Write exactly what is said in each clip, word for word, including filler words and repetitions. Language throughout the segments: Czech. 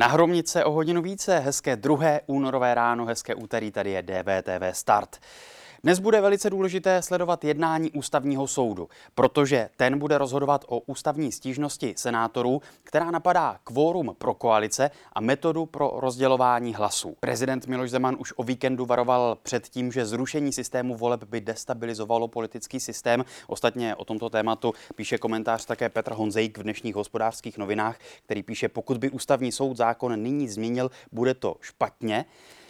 Na Hromnice o hodinu více, hezké druhé únorové ráno, hezké úterý, tady je D V T V Start. Dnes bude velice důležité sledovat jednání ústavního soudu, protože ten bude rozhodovat o ústavní stížnosti senátorů, která napadá kvórum pro koalice a metodu pro rozdělování hlasů. Prezident Miloš Zeman už o víkendu varoval před tím, že zrušení systému voleb by destabilizovalo politický systém. Ostatně o tomto tématu píše komentář také Petr Honzejk v dnešních Hospodářských novinách, který píše, pokud by ústavní soud zákon nyní změnil, bude to špatně.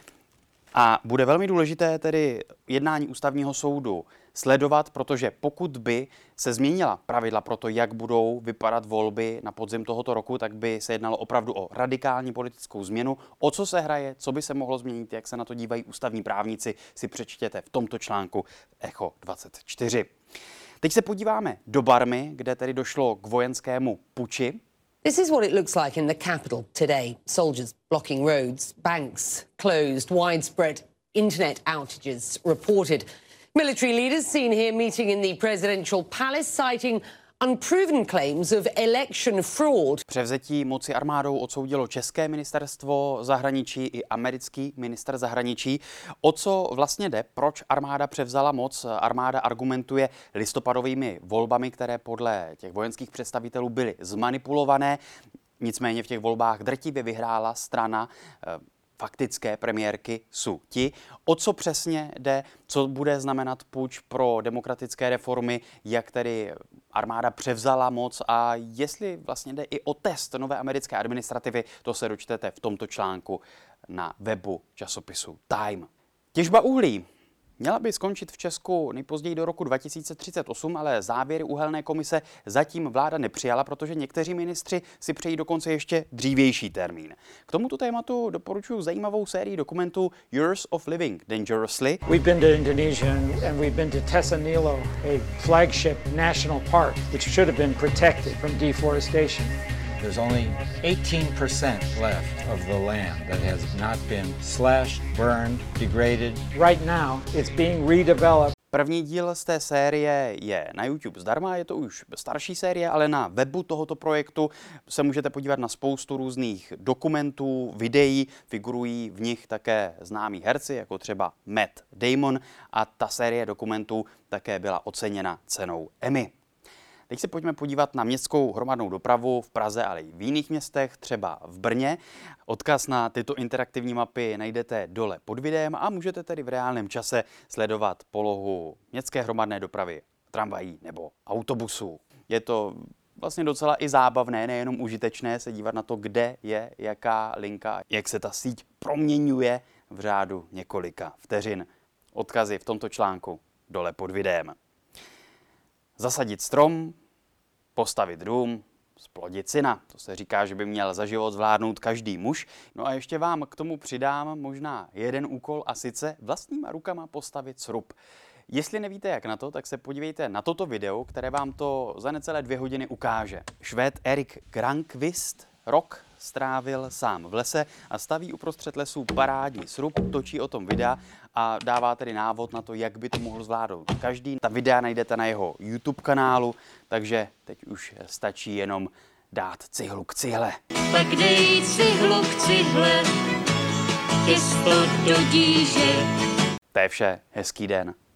A bude velmi důležité tedy jednání ústavního soudu sledovat, protože pokud by se změnila pravidla pro to, jak budou vypadat volby na podzim tohoto roku, tak by se jednalo opravdu o radikální politickou změnu. O co se hraje, co by se mohlo změnit, jak se na to dívají ústavní právníci, si přečtěte v tomto článku Echo dvacet čtyři. Teď se podíváme do Barmy, kde tedy došlo k vojenskému puči. This is what it looks like in the capital today. Soldiers blocking roads, banks closed, widespread internet outages reported. Military leaders seen here meeting in the presidential palace, citing unproven claims of election fraud. Převzetí moci armádou odsoudilo české ministerstvo zahraničí i americký ministr zahraničí. O co vlastně jde? Proč armáda převzala moc? Armáda argumentuje listopadovými volbami, které podle těch vojenských představitelů byly zmanipulované. Nicméně v těch volbách drtivě vyhrála strana faktické premiérky Suu Kyi. O co přesně jde, co bude znamenat puč pro demokratické reformy, jak tedy armáda převzala moc a jestli vlastně jde i o test nové americké administrativy, to se dočtete v tomto článku na webu časopisu Time. Těžba uhlí měla by skončit v Česku nejpozději do roku dva tisíce třicet osm, ale závěry uhelné komise zatím vláda nepřijala, protože někteří ministři si přejí dokonce ještě dřívější termín. K tomuto tématu doporučuji zajímavou sérii dokumentů Years of Living Dangerously. We've been to Indonesia and we've been to Tessanilo, a flagship national park which should have been protected from deforestation. There's only eighteen percent left of the land that has not been slashed, burned, degraded. Right now, it's being redeveloped. První díl z té série je na YouTube zdarma, je to už starší série, ale na webu tohoto projektu se můžete podívat na spoustu různých dokumentů, videí, figurují v nich také známí herci, jako třeba Matt Damon, a ta série dokumentů také byla oceněna cenou Emmy. Teď se pojďme podívat na městskou hromadnou dopravu v Praze, ale i v jiných městech, třeba v Brně. Odkaz na tyto interaktivní mapy najdete dole pod videem a můžete tedy v reálném čase sledovat polohu městské hromadné dopravy, tramvají nebo autobusů. Je to vlastně docela i zábavné, nejenom užitečné se dívat na to, kde je jaká linka, jak se ta síť proměňuje v řádu několika vteřin. Odkazy v tomto článku dole pod videem. Zasadit strom, postavit dům, zplodit syna. To se říká, že by měl za život zvládnout každý muž. No a ještě vám k tomu přidám možná jeden úkol, a sice vlastníma rukama postavit srub. Jestli nevíte, jak na to, tak se podívejte na toto video, které vám to za necelé dvě hodiny ukáže. Švéd Erik Granqvist rok strávil sám v lese a staví uprostřed lesů parádní srub, točí o tom videa a dává tedy návod na to, jak by to mohl zvládnout každý. Ta videa najdete na jeho YouTube kanálu, takže teď už stačí jenom dát cihlu k cihle. Tak dej cihlu k cihle, těsto do díže. To je vše, hezký den.